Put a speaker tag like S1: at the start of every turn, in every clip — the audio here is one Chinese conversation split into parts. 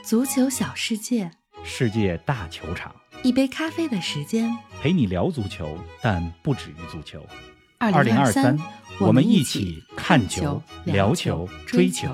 S1: 足球小世界，
S2: 世界大球场，
S1: 一杯咖啡的时间，
S2: 陪你聊足球，但不止于足球。
S1: 2023，
S2: 我们一起看球、聊球、追球。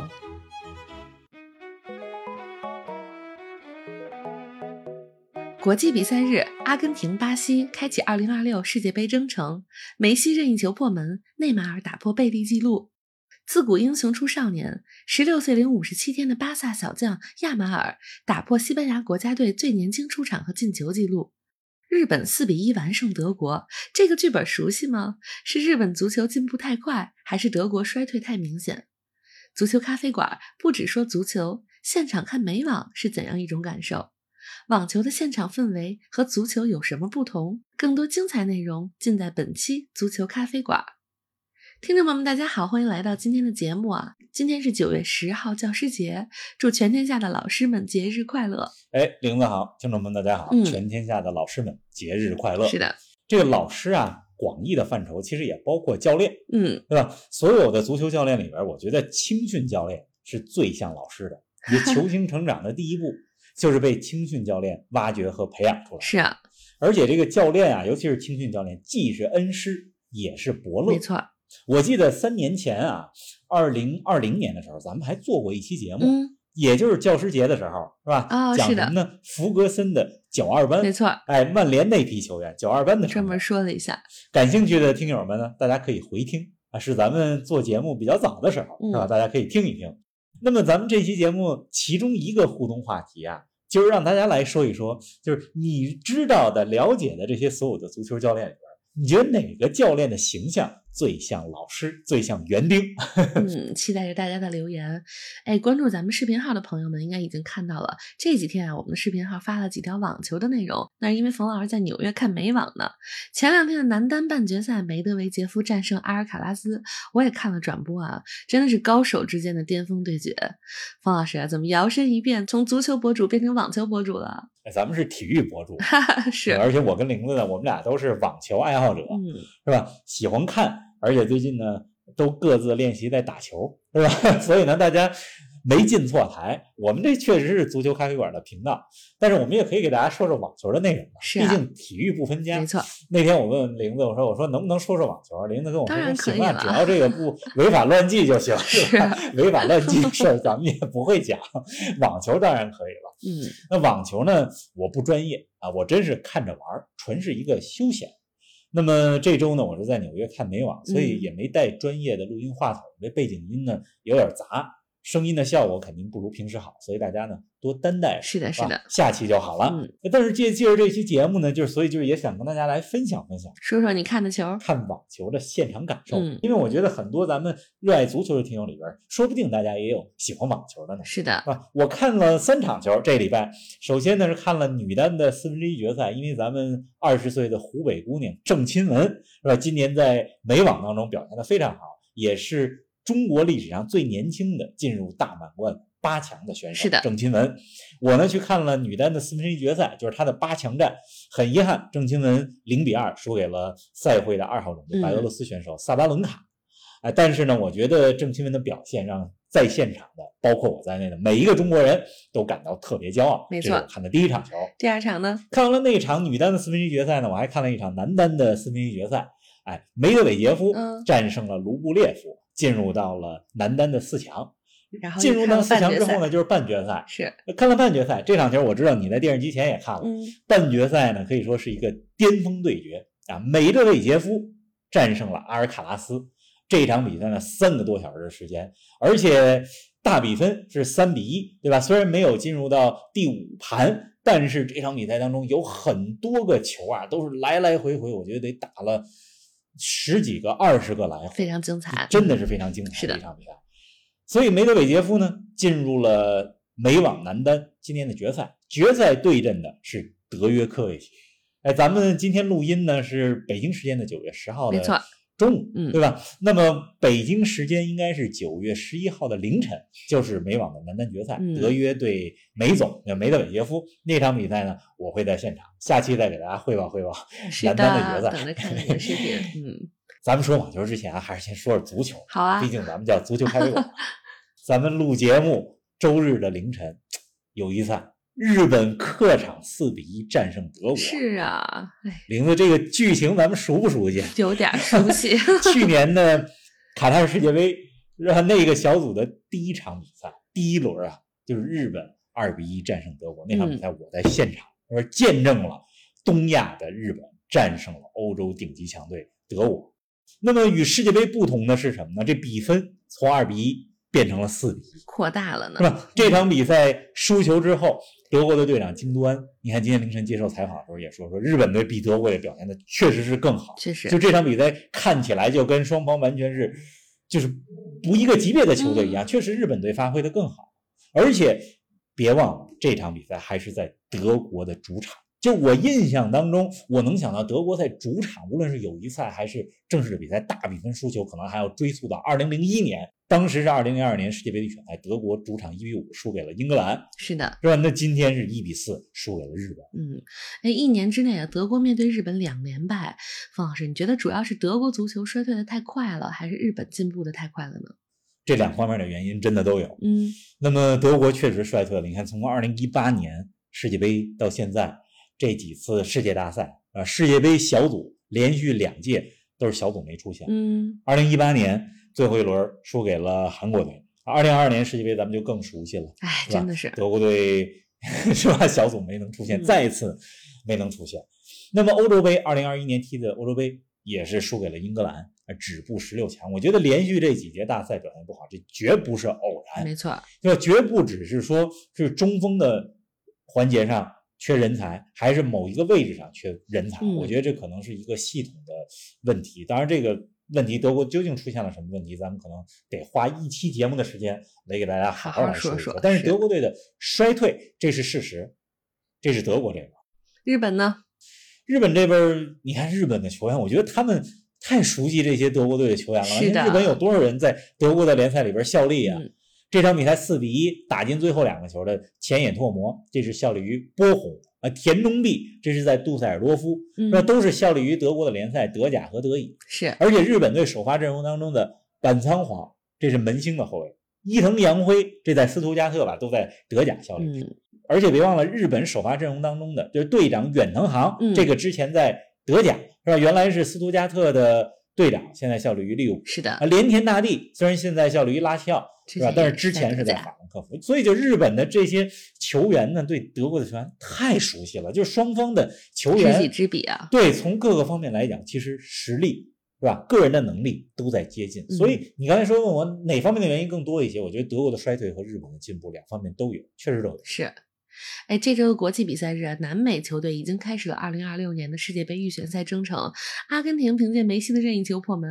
S1: 国际比赛日，阿根廷、巴西开启2026世界杯征程，梅西任意球破门，内马尔打破贝利纪录。自古英雄出少年，16岁零57天的巴萨小将亚马尔打破西班牙国家队最年轻出场和进球纪录。日本4-1完胜德国，这个剧本熟悉吗？是日本足球进步太快，还是德国衰退太明显？足球咖啡馆不只说足球，现场看美网是怎样一种感受？网球的现场氛围和足球有什么不同？更多精彩内容尽在本期足球咖啡馆。听众朋友们大家好，欢迎来到今天的节目啊！今天是9月10号教师节，祝全天下的老师们节日快乐。
S3: 玲子好，听众们大家好，全天下的老师们节日快乐。
S1: 是的，
S3: 这个老师啊，广义的范畴其实也包括教练，对吧？所有的足球教练里边，我觉得青训教练是最像老师的，也球星成长的第一步就是被青训教练挖掘和培养出来。
S1: 是啊，
S3: 而且这个教练啊，尤其是青训教练，既是恩师也是伯乐。
S1: 没错。
S3: 我记得3年前啊，2020年的时候，咱们还做过一期节目，也就是教师节的时候，是吧？讲什么呢？弗格森的92班，
S1: 没错。
S3: 曼联那批球员92班的
S1: 专门说了一下。
S3: 感兴趣的听友们呢，大家可以回听啊，是咱们做节目比较早的时候，是吧？大家可以听一听。那么咱们这期节目其中一个互动话题啊，就是让大家来说一说，就是你知道的、了解的这些所有的足球教练里边，你觉得哪个教练的形象最像老师，最像园丁？
S1: 期待着大家的留言。关注咱们视频号的朋友们应该已经看到了，这几天啊，我们的视频号发了几条网球的内容。那是因为冯老师在纽约看美网呢。前2天的男单半决赛，梅德韦杰夫战胜阿尔卡拉斯，我也看了转播啊，真的是高手之间的巅峰对决。冯老师啊，怎么摇身一变，从足球博主变成网球博主了？
S3: 咱们是体育博主，
S1: 是，
S3: 而且我跟玲子呢，我们俩都是网球爱好者，是吧？喜欢看，而且最近呢，都各自练习在打球，是吧？所以呢，大家没进错台，我们这确实是足球咖啡馆的频道，但是我们也可以给大家说说网球的内容嘛，毕竟体育不分家。
S1: 没错。
S3: 那天我问玲子，我说能不能说说网球？玲子跟我说
S1: 行
S3: 啊，只要这个不违法乱纪就行，是吧？违法乱纪的事儿咱们也不会讲，网球当然可以了。那网球呢，我不专业啊，我真是看着玩，纯是一个休闲。那么这周呢，我是在纽约看美网，所以也没带专业的录音话筒，这背景音呢有点杂，声音的效果肯定不如平时好，所以大家呢多担待。
S1: 是的，是的，
S3: 下期就好了。但是借着这期节目呢，所以也想跟大家来分享分享，
S1: 说说你看的球，
S3: 看网球的现场感受。因为我觉得很多咱们热爱足球的听友里边，说不定大家也有喜欢网球的呢。
S1: 是的，
S3: 我看了3场球，这礼拜首先呢是看了女单的1/4决赛，因为咱们20岁的湖北姑娘郑钦文，是吧？今年在美网当中表现得非常好，也是中国历史上最年轻的进入大满贯8强的选手。
S1: 是的，
S3: 郑钦文。我呢去看了女单的1/4决赛，就是她的8强战。很遗憾，郑钦文0-2输给了赛会的2号种子白俄罗斯选手萨巴伦卡。但是呢，我觉得郑钦文的表现让在现场的，包括我在内的每一个中国人都感到特别骄傲。
S1: 没错，
S3: 这是我看的第一场球。
S1: 第2场呢？
S3: 看完了那场女单的1/4决赛呢，我还看了一场男单的1/4决赛。梅德韦杰夫战胜了卢布列夫，进入到了男单的4强。
S1: 然后
S3: 进入到4强之后呢，就是半决赛。
S1: 是
S3: 看了半决赛，这场球我知道你在电视机前也看了。半决赛呢，可以说是一个巅峰对决啊！梅德韦杰夫战胜了阿尔卡拉斯。这场比赛呢，3个多小时的时间，而且大比分是3-1，对吧？虽然没有进入到第5盘，但是这场比赛当中有很多个球啊，都是来来回回，我觉得得打了10几个、20个来回，
S1: 非常精彩，
S3: 真的是非常精彩
S1: 的
S3: 一场比赛。所以梅德韦杰夫呢进入了美网男单今天的决赛，决赛对阵的是德约科维奇。咱们今天录音呢是北京时间的9月10号的中午，对吧？那么北京时间应该是9月11号的凌晨，就是美网的男单决赛，德约对梅总梅德韦杰夫那场比赛呢，我会在现场，下期再给大家汇报汇报男单的决赛。
S1: 等着看你的视频。
S3: 咱们说网球之前还是先说说足球。
S1: 好啊，
S3: 毕竟咱们叫足球咖啡馆。咱们录节目周日的凌晨， 友谊赛，日本客场4-1战胜德国。
S1: 是啊，
S3: 玲子，这个剧情咱们熟不熟悉？
S1: 有点熟悉。
S3: 去年的卡塔尔世界杯，那个小组的第一场比赛，第一轮啊，就是日本2-1战胜德国。那场比赛我在现场，我见证了东亚的日本战胜了欧洲顶级强队德国。那么与世界杯不同的是什么呢？这比分从2-1变成了4-1，
S1: 扩大了呢，
S3: 是吧？这场比赛输球之后，德国的队长京多安，你看今天凌晨接受采访的时候也说日本队比德国队表现的确实是更好，
S1: 确实，
S3: 就这场比赛看起来就跟双方完全是就是不一个级别的球队一样，确实日本队发挥的更好，而且别忘了这场比赛还是在德国的主场。就我印象当中，我能想到德国在主场，无论是友谊赛还是正式的比赛，大比分输球，可能还要追溯到2001年，当时是2002年世界杯预选赛，德国主场1-5输给了英格兰，
S1: 是的，
S3: 是吧？那今天是1-4输给了日本。
S1: 一年之内啊，德国面对日本2连败。方老师，你觉得主要是德国足球衰退的太快了，还是日本进步的太快了呢？
S3: 这两方面的原因真的都有。那么德国确实衰退了，你看从2018年世界杯到现在。这几次世界大赛世界杯小组连续2届都是小组没出现。2018年最后一轮输给了韩国队，2022年世界杯咱们就更熟悉了，
S1: 真的是
S3: 德国队是吧？小组没能出现，再一次没能出现。那么欧洲杯2021年踢的欧洲杯也是输给了英格兰，止步16强。我觉得连续这几届大赛表现不好，这绝不是偶然，
S1: 没错，
S3: 就绝不只是说是中锋的环节上缺人才，还是某一个位置上缺人才，我觉得这可能是一个系统的问题。当然这个问题德国究竟出现了什么问题，咱们可能得花一期节目的时间来给大家好好来说一说。但是德国队的衰退这是事实，这是德国这边。
S1: 日本呢？
S3: 日本这边你看日本的球员，我觉得他们太熟悉这些德国队的球员了。
S1: 是的，
S3: 日本有多少人在德国的联赛里边效力啊？这场比赛4-1打进最后2个球的前野拓磨，这是效力于波鸿田中碧，这是在杜塞尔多夫，那都是效力于德国的联赛德甲和德乙。
S1: 是，
S3: 而且日本队首发阵容当中的板仓皇，这是门兴的后卫，伊藤洋辉，这在斯图加特吧都在德甲效力。而且别忘了日本首发阵容当中的就是队长远藤航，这个之前在德甲是吧？原来是斯图加特的队长，现在效力于利物浦。
S1: 是的，
S3: 连田大地虽然现在效力于拉齐奥，是吧？但是之前是在法兰克福，所以就日本的这些球员呢，对德国的球员太熟悉了，就是双方的球员
S1: 知己知彼啊。
S3: 对，从各个方面来讲，其实实力是吧？个人的能力都在接近。所以你刚才说问我哪方面的原因更多一些，我觉得德国的衰退和日本的进步两方面都有，确实都有。
S1: 是。这周的国际比赛日，南美球队已经开始了2026年的世界杯预选赛征程。阿根廷凭借梅西的任意球破门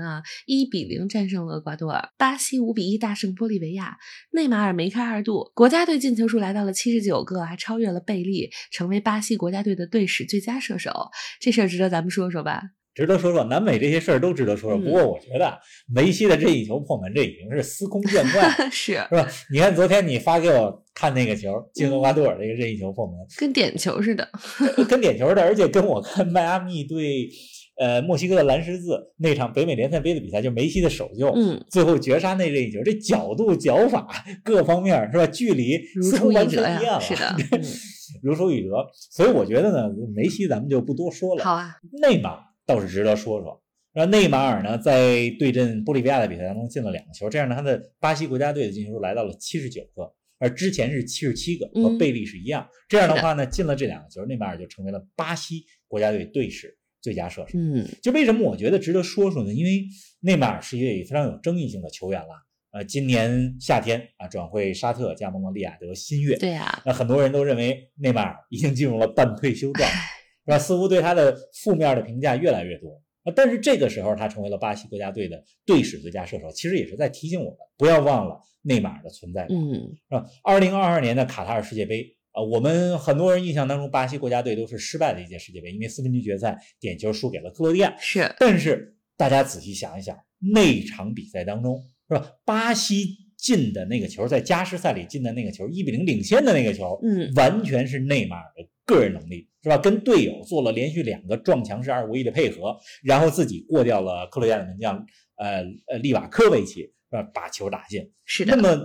S1: 1-0战胜了厄瓜多尔，巴西5-1大胜玻利维亚，内马尔梅开二度，国家队进球数来到了79个，还超越了贝利，成为巴西国家队的队史最佳射手。这事儿值得咱们说说吧？
S3: 值得说说，南美这些事儿都值得说说。不过我觉得梅西的任意球破门，这已经是司空见惯
S1: 是
S3: 吧？你看昨天你发给我看那个球，进厄瓜多尔这个任意球破门，
S1: 跟点球似的，
S3: 跟点球的，而且跟我看迈阿密对墨西哥的蓝十字那场北美联赛杯的比赛，就梅西的首救，最后绝杀那任意球，这角度、脚法各方面是吧？距离似乎完全一样了，
S1: 是的，
S3: 如出一辙。所以我觉得呢，梅西咱们就不多说了。
S1: 好啊，
S3: 内马尔倒是值得说说。然后内马尔呢，在对阵玻利维亚的比赛当中进了2个球，这样呢，他的巴西国家队的进球数来到了79个，而之前是77个，和贝利是一样。这样的话呢，进了这2个球，内马尔就成为了巴西国家队队史最佳射手。就为什么我觉得值得说说呢？因为内马尔是一位非常有争议性的球员了。今年夏天转会沙特，加盟了利雅得新月。
S1: 对啊，
S3: 那很多人都认为内马尔已经进入了半退休状态，是吧？似乎对他的负面的评价越来越多。但是这个时候他成为了巴西国家队的队史最佳射手，其实也是在提醒我们不要忘了内马尔的存在感。是吧？2022年的卡塔尔世界杯我们很多人印象当中巴西国家队都是失败的一届世界杯，因为4分之一决赛点球输给了克罗地亚。
S1: 是，
S3: 但是大家仔细想一想，那场比赛当中是吧？巴西进的那个球，在加时赛里进的那个球，1-0领先的那个球，完全是内马尔的个人能力，是吧？跟队友做了连续2个撞墙式2-5-1的配合，然后自己过掉了克罗地亚的门将利瓦科维奇，是吧？把球打进。
S1: 是的。
S3: 那么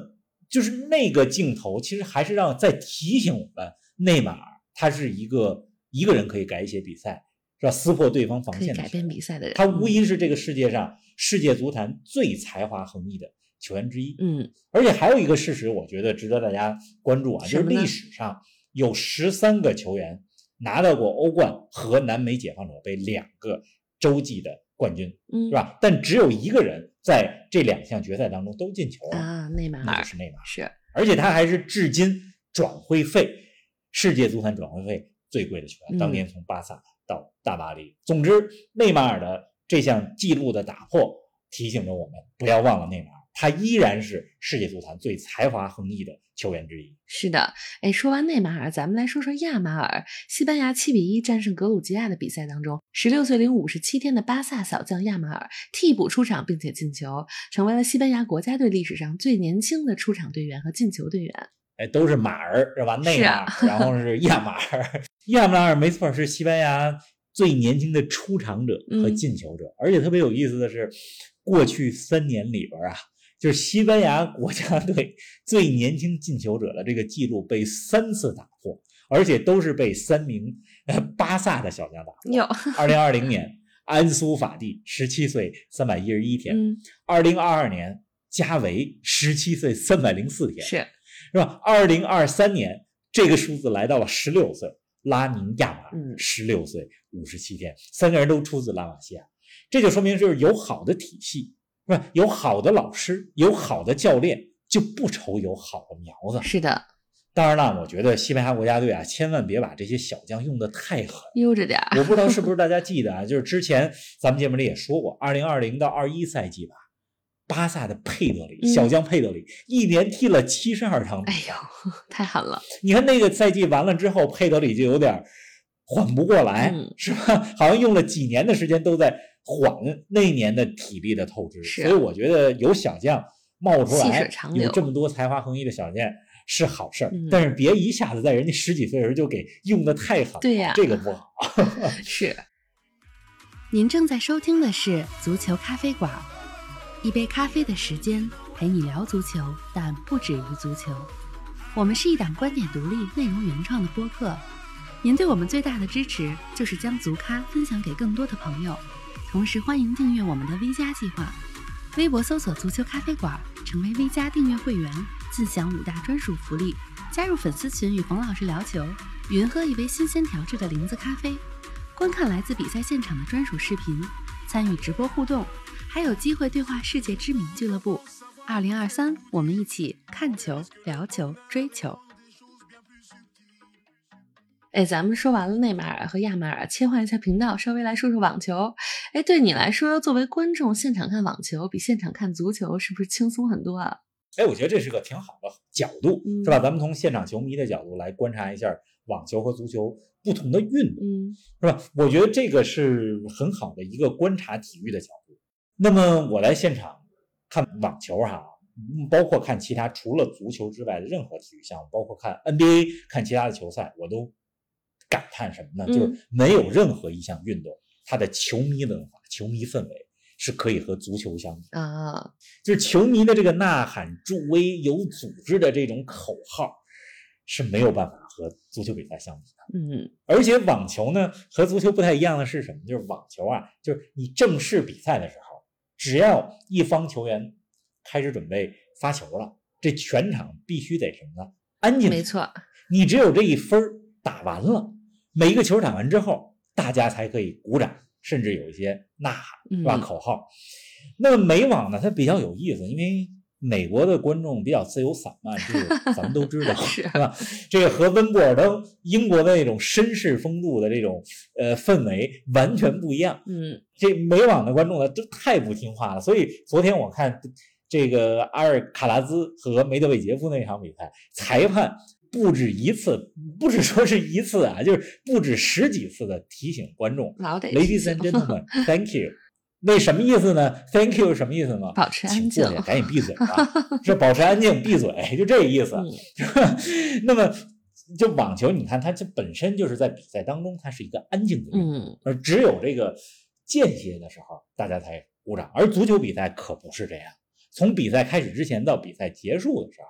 S3: 就是那个镜头其实还是在提醒我们，内马尔他是一个人可以改写比赛，是吧？撕破对方防线的，
S1: 可以改变比赛的人，
S3: 他无疑是这个世界上世界足坛最才华横溢的球员之一。而且还有一个事实，我觉得值得大家关注啊，就是历史上有13个球员拿到过欧冠和南美解放者杯2个洲际的冠军，是吧？但只有一个人在这2项决赛当中都进球了
S1: 啊，内马尔，
S3: 那就是内马尔。
S1: 是，
S3: 而且他还是至今转会费世界足坛转会费最贵的球员，当年从巴萨到大巴黎。总之，内马尔的这项纪录的打破，提醒着我们不要忘了内马尔，他依然是世界足坛最才华横溢的球员之一。
S1: 是的，说完内马尔，咱们来说说亚马尔。西班牙7-1战胜格鲁吉亚的比赛当中，16岁零57天的巴萨小将亚马尔替补出场并且进球，成为了西班牙国家队历史上最年轻的出场队员和进球队员。
S3: 都是马儿是吧？内马尔，然后是亚马尔。亚马尔没错，是西班牙最年轻的出场者和进球者。而且特别有意思的是，过去3年里边啊，就是西班牙国家队最年轻进球者的这个记录被3次打破，而且都是被3名巴萨的小将打破。2020年安苏法蒂17岁311天，2022年加维17岁304天，是吧？2023年这个数字来到了16岁，拉明亚马尔16岁57天，3个人都出自拉玛西亚。这就说明就是有好的体系，是吧？有好的老师，有好的教练，就不愁有好的苗子。
S1: 是的。
S3: 当然了，我觉得西班牙国家队啊，千万别把这些小将用得太狠，
S1: 悠着点。
S3: 我不知道是不是大家记得啊，就是之前咱们节目里也说过，2020到21赛季吧，巴萨的佩德里，小将佩德里一年踢了72场比赛，
S1: 太狠了。
S3: 你看那个赛季完了之后，佩德里就有点缓不过来，是吧？好像用了几年的时间都在缓那一年的体力的透支。所以我觉得有小将冒出来，有这么多才华横溢的小将是好事儿，但是别一下子在人家10几岁的时候就给用的太狠了，
S1: 对呀，
S3: 这个不好。
S1: 是。您正在收听的是足球咖啡馆，一杯咖啡的时间陪你聊足球，但不止于足球。我们是一档观点独立、内容原创的播客。您对我们最大的支持就是将足咖分享给更多的朋友，同时欢迎订阅我们的 V 加计划。微博搜索足球咖啡馆，成为 V 加订阅会员，自享5大专属福利，加入粉丝群与冯老师聊球，云喝一杯新鲜调制的零子咖啡，观看来自比赛现场的专属视频，参与直播互动，还有机会对话世界知名俱乐部。2023，我们一起看球、聊球、追球。咱们说完了内马尔和亚马尔，切换一下频道，稍微来说说网球。对你来说，作为观众，现场看网球比现场看足球是不是轻松很多啊？
S3: 我觉得这是个挺好的角度，是吧？咱们从现场球迷的角度来观察一下网球和足球不同的运动，是吧？我觉得这个是很好的一个观察体育的角度。那么我来现场看网球包括看其他除了足球之外的任何体育项目，包括看 NBA 看其他的球赛，我都感叹什么呢？就是没有任何一项运动它的球迷文化、球迷氛围是可以和足球相比啊。就是球迷的这个呐喊、助威、有组织的这种口号是没有办法和足球比赛相比的。而且网球呢和足球不太一样的是什么？就是网球就是你正式比赛的时候，只要一方球员开始准备发球了，这全场必须得什么呢？安静。
S1: 没错，
S3: 你只有这一分打完了，每一个球打完之后，大家才可以鼓掌，甚至有一些呐喊，是吧？口号。那么美网呢，它比较有意思，因为美国的观众比较自由散漫，这个咱们都知道，是吧？这个和温布尔登英国的那种绅士风度的这种氛围完全不一样。这美网的观众呢，都太不听话了。所以昨天我看这个阿尔卡拉兹和梅德韦杰夫那场比赛，裁判不止一次，不止说是一次就是不止10几次的提醒观众 ，Ladies and gentlemen, thank you。那什么意思呢 ？Thank you 是什么意思呢？
S1: 保持安静，
S3: 赶紧闭嘴吧！是保持安静，闭嘴，就这意思。那么，就网球，你看它这本身就是在比赛当中，它是一个安静的运动，而只有这个间歇的时候，大家才鼓掌。而足球比赛可不是这样，从比赛开始之前到比赛结束的时候，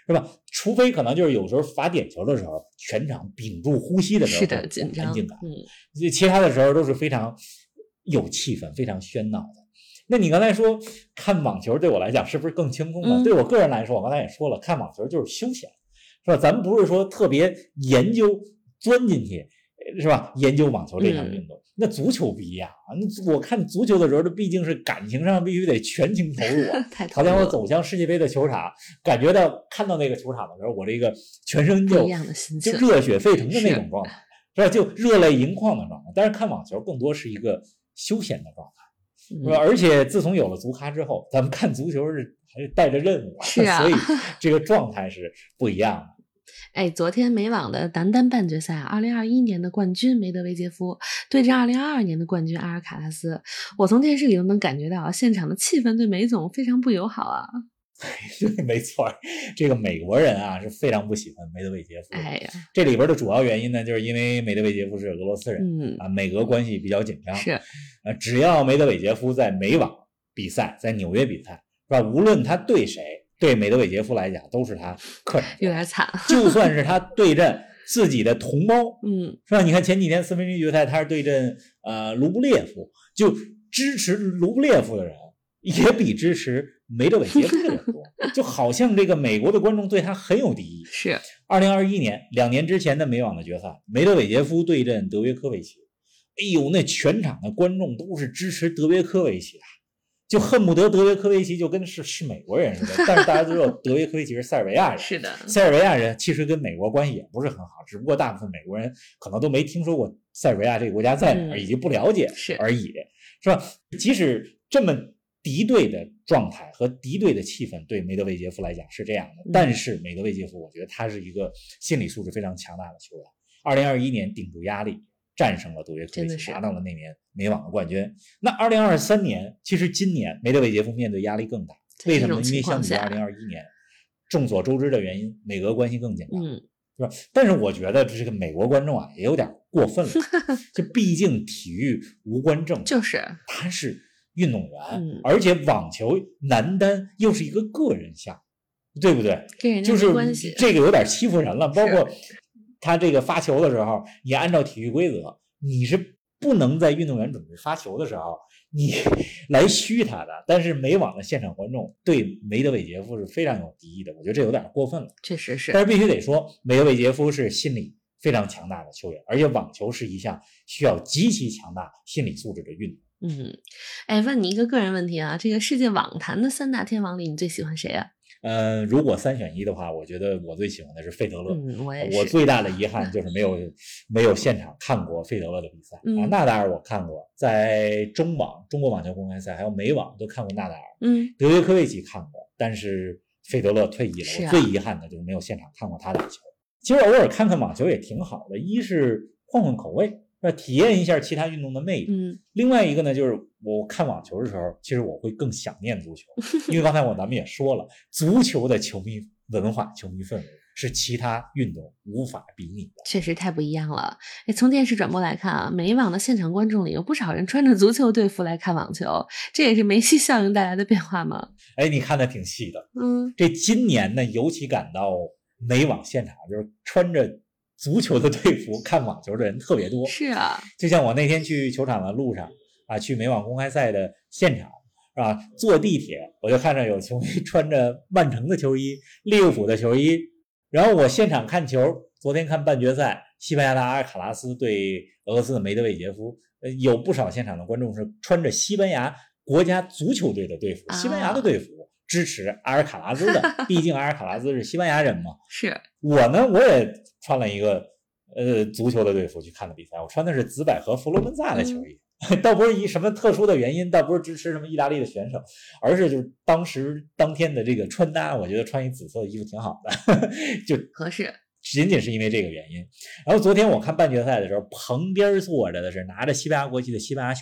S3: 是吧？除非可能就是有时候罚点球的时候，全场屏住呼吸的时候，
S1: 是的，紧张，
S3: 安静感。其他的时候都是非常有气氛、非常喧闹的。那你刚才说看网球对我来讲是不是更轻松呢？对我个人来说，我刚才也说了，看网球就是休闲，是吧？咱们不是说特别研究钻进去，是吧？研究网球这项运动。那足球不一样啊！我看足球的时候，这毕竟是感情上必须得全情投入啊。
S1: 好像
S3: 我走向世界杯的球场，感觉到看到那个球场的时候，我这个全身就热血沸腾的那种状态，是吧？就热泪盈眶的状态。但是看网球更多是一个休闲的状态，是吧？而且自从有了足咖之后，咱们看足球还是带着任务，
S1: 是啊，
S3: 所以这个状态是不一样的。
S1: 昨天美网的男单半决赛，2021年的冠军梅德韦杰夫对阵2022年的冠军阿尔卡拉斯，我从电视里都能感觉到现场的气氛对梅总非常不友好啊。
S3: 对，没错，这个美国人啊是非常不喜欢梅德韦杰夫。这里边的主要原因呢，就是因为梅德韦杰夫是俄罗斯人，美俄关系比较紧张。
S1: 是，
S3: 只要梅德韦杰夫在美网比赛，在纽约比赛，是吧？无论他对谁，对梅德韦杰夫来讲都是他客场，
S1: 有点惨。
S3: 就算是他对阵自己的同胞，
S1: 是
S3: 吧？你看前几天4分之一决赛，他是对阵卢布列夫，就支持卢布列夫的人也比支持梅德韦杰夫的人多，就好像这个美国的观众对他很有敌意。
S1: 是
S3: 2021年2年之前的美网的决赛，梅德韦杰夫对阵德约科维奇，哎呦，那全场的观众都是支持德约科维奇的。就恨不得德约科维奇就跟是美国人似的，但是大家都知道德约科维奇是塞尔维亚人，
S1: 是的，
S3: 塞尔维亚人其实跟美国关系也不是很好，只不过大部分美国人可能都没听说过塞尔维亚这个国家在哪儿，以及不了解而已，是吧？即使这么敌对的状态和敌对的气氛对梅德韦杰夫来讲是这样的，但是梅德韦杰夫我觉得他是一个心理素质非常强大的球员，2021年顶住压力战胜了德约科维奇，拿到了那年美网的冠军。那2023年，其实今年梅德韦杰夫面对压力更大，为什么？因为相比2021年，众所周知的原因，美俄关系更紧张，是吧？但是我觉得这个美国观众啊也有点过分了，就毕竟体育无关政治，
S1: 就是
S3: 他是运动员，而且网球男单又是一个个人项目，对不对？
S1: 跟人家
S3: 就是
S1: 关系
S3: 这个有点欺负人了，包括他这个发球的时候，你按照体育规则，你是不能在运动员准备发球的时候你来嘘他的。但是美网的现场观众对梅德韦杰夫是非常有敌意的，我觉得这有点过分了。
S1: 确实是，
S3: 但是必须得说，梅德韦杰夫是心理非常强大的球员，而且网球是一项需要极其强大心理素质的运动。
S1: 问你一个个人问题啊，这个世界网坛的3大天王里，你最喜欢谁啊？
S3: 如果3选1的话，我觉得我最喜欢的是费德勒。
S1: 我
S3: 最大的遗憾就是没有现场看过费德勒的比赛。纳达尔我看过，在中国网球公开赛还有美网都看过纳达尔。德约科维奇看过，但是费德勒退役了，我最遗憾的就是没有现场看过他打球。其实偶尔看看网球也挺好的，一是换换口味，体验一下其他运动的魅力。另外一个呢，就是我看网球的时候，其实我会更想念足球，因为刚才咱们也说了，足球的球迷文化、球迷氛围是其他运动无法比拟的，
S1: 确实太不一样了。从电视转播来看啊，美网的现场观众里有不少人穿着足球队服来看网球，这也是梅西效应带来的变化吗？
S3: 你看得挺细的。这今年呢，尤其感到美网现场就是穿着足球的队服看网球的人特别多。
S1: 是啊，
S3: 就像我那天去球场的路上啊，去美网公开赛的现场是吧？坐地铁我就看着有球迷穿着曼城的球衣、利物浦的球衣，然后我现场看球，昨天看半决赛，西班牙的阿尔卡拉斯对俄罗斯的梅德韦杰夫，有不少现场的观众是穿着西班牙国家足球队的队服，西班牙的队服。支持阿尔卡拉兹的，毕竟阿尔卡拉兹是西班牙人嘛。
S1: 是
S3: 我呢，我也穿了一个足球的队服去看的比赛，我穿的是紫百合佛罗伦萨的球衣，倒不是以什么特殊的原因，倒不是支持什么意大利的选手，而是就是当天的这个穿搭，我觉得穿一紫色的衣服挺好的，就
S1: 合适。
S3: 仅仅是因为这个原因。然后昨天我看半决赛的时候，旁边坐着的是拿着西班牙国旗的西班牙球迷。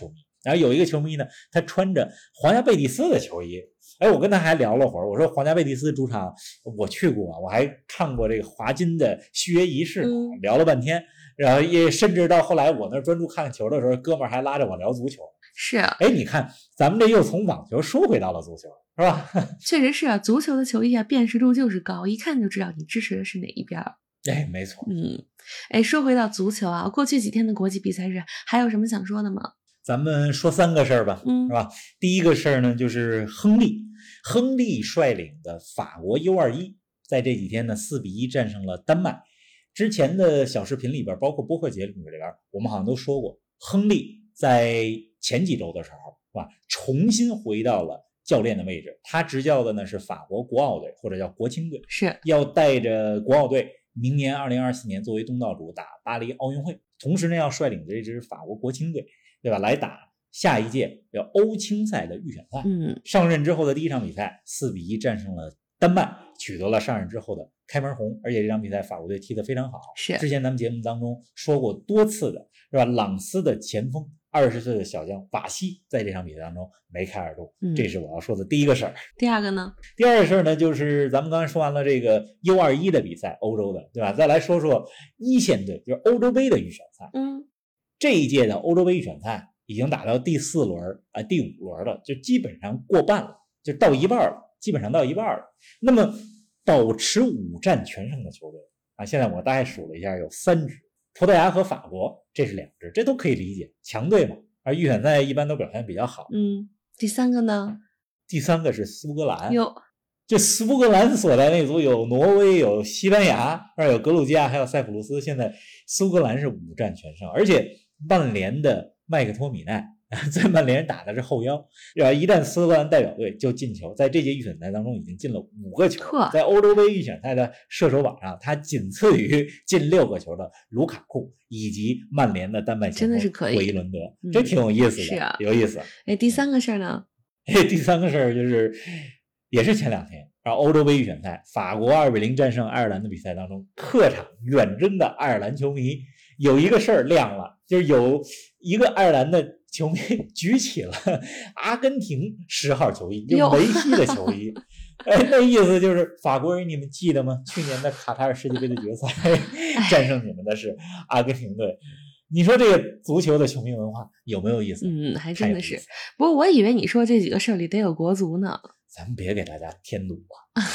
S3: 然后有一个球迷呢，他穿着皇家贝蒂斯的球衣。我跟他还聊了会儿，我说皇家贝蒂斯主场我去过，我还看过这个华金的续约仪式，聊了半天。然后也甚至到后来我那专注看球的时候，哥们儿还拉着我聊足球。
S1: 是啊，
S3: 你看咱们这又从网球说回到了足球，是吧？
S1: 确实是啊，足球的球衣啊，辨识度就是高，一看就知道你支持的是哪一边。
S3: 没错。
S1: 说回到足球啊，过去几天的国际比赛日，还有什么想说的吗？
S3: 咱们说3个事儿吧，是吧？第一个事儿呢，就是亨利率领的法国 U21 在这几天呢4-1战胜了丹麦。之前的小视频里边，包括播客节里边，我们好像都说过，亨利在前几周的时候，是吧，重新回到了教练的位置。他执教的呢是法国国奥队，或者叫国青队，
S1: 是
S3: 要带着国奥队明年2024年作为东道主打巴黎奥运会，同时呢要率领这支法国国青队，对吧，来打下一届叫欧青赛的预选赛。上任之后的第一场比赛4-1战胜了丹麦，取得了上任之后的开门红，而且这场比赛法国队踢得非常好。
S1: 是
S3: 之前咱们节目当中说过多次的，是吧？朗斯的前锋20岁的小将瓦西在这场比赛当中梅开二度，这是我要说的第一个事儿。
S1: 第二个呢？
S3: 第二个事儿呢，就是咱们刚才说完了这个 U21 的比赛，欧洲的，对吧？再来说说一线队，就是欧洲杯的预选赛。这一届的欧洲杯预选赛已经打到第4轮第5轮了，就基本上过半了，就到一半了，基本上到一半了。那么保持5战全胜的球队现在我大概数了一下，有3支，葡萄牙和法国，这是2支，这都可以理解，强队嘛，而预选赛一般都表现比较好。
S1: 第3个呢？
S3: 第3个是苏格兰。
S1: 这
S3: 苏格兰所在那组有挪威，有西班牙，有格鲁吉亚，还有塞浦路斯。现在苏格兰是5战全胜，而且曼联的麦克托米奈在曼联打的是后腰，一旦苏格兰代表队就进球，在这届预选赛当中已经进了5个球，在欧洲杯预选赛的射手榜上，他仅次于进6个球的卢卡库以及曼联的丹麦前锋霍伊伦德，这挺有意思的，
S1: 是啊，
S3: 有意思。
S1: 第3个事儿呢？
S3: 第3个事儿就是也是前2天，然后欧洲杯预选赛，法国2-0战胜爱尔兰的比赛当中，客场远征的爱尔兰球迷有一个事儿亮了，就是有一个爱尔兰的球迷举起了阿根廷10号球衣，就梅西的球衣。那意思就是法国人，你们记得吗？去年的卡塔尔世界杯的决赛战胜你们的是阿根廷队。你说这个足球的球迷文化有没有意思？
S1: 还真的是。不过我以为你说这几个事儿里得有国足呢。
S3: 咱们别给大家添堵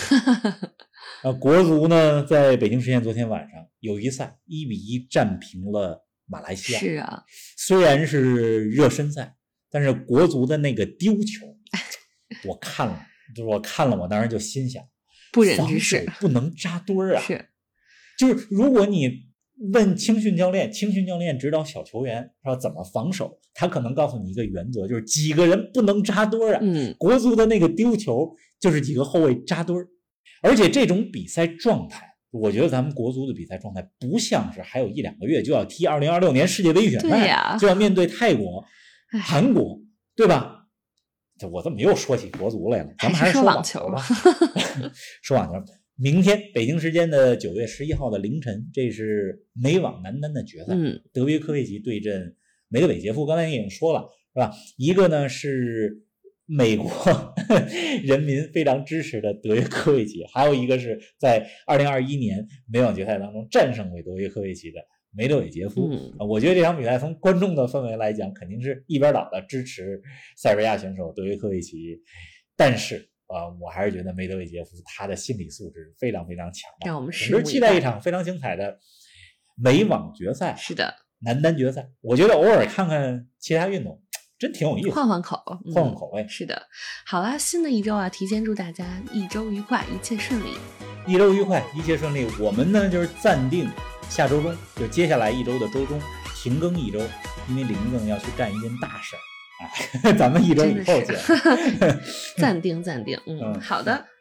S3: 国足呢，在北京时间昨天晚上友谊赛1-1战平了马来西亚。
S1: 是啊，
S3: 虽然是热身赛，但是国足的那个丢球，我看了，我当时就心想，
S1: 不忍直视，
S3: 不能扎堆啊。
S1: 是，
S3: 就是如果你问青训教练指导小球员说怎么防守，他可能告诉你一个原则，就是几个人不能扎堆啊。国足的那个丢球就是几个后卫扎堆，而且这种比赛状态，我觉得咱们国足的比赛状态不像是还有1-2个月就要踢2026年世界杯预选赛，就要面对泰国、韩国，对吧？我怎么又说起国足来了？咱们还是说网球吧。说网球。明天北京时间的9月11号的凌晨，这是美网男单的决赛，德约科维奇对阵梅德韦杰夫。刚才已经说了，是吧？一个呢是美国人民非常支持的德约科维奇，还有一个是在2021年美网决赛当中战胜过德约科维奇的梅德韦杰夫。我觉得这场比赛从观众的氛围来讲，肯定是一边倒的支持塞尔维亚选手德约科维奇，但是我还是觉得梅德韦杰夫他的心理素质非常非常强大，
S1: 让我们
S3: 期待一场非常精彩的美网决赛。
S1: 是的，
S3: 男单决赛，我觉得偶尔看看其他运动真挺有意思，
S1: 换换口
S3: 味。
S1: 是的，好啦，新的一周提前祝大家一周愉快，一切顺利。
S3: 一周愉快，一切顺利。我们呢就是暂定下周中，就接下来一周的周中停更一周，因为林更要去干一件大事儿。咱们一周以后见。
S1: 暂定。好的。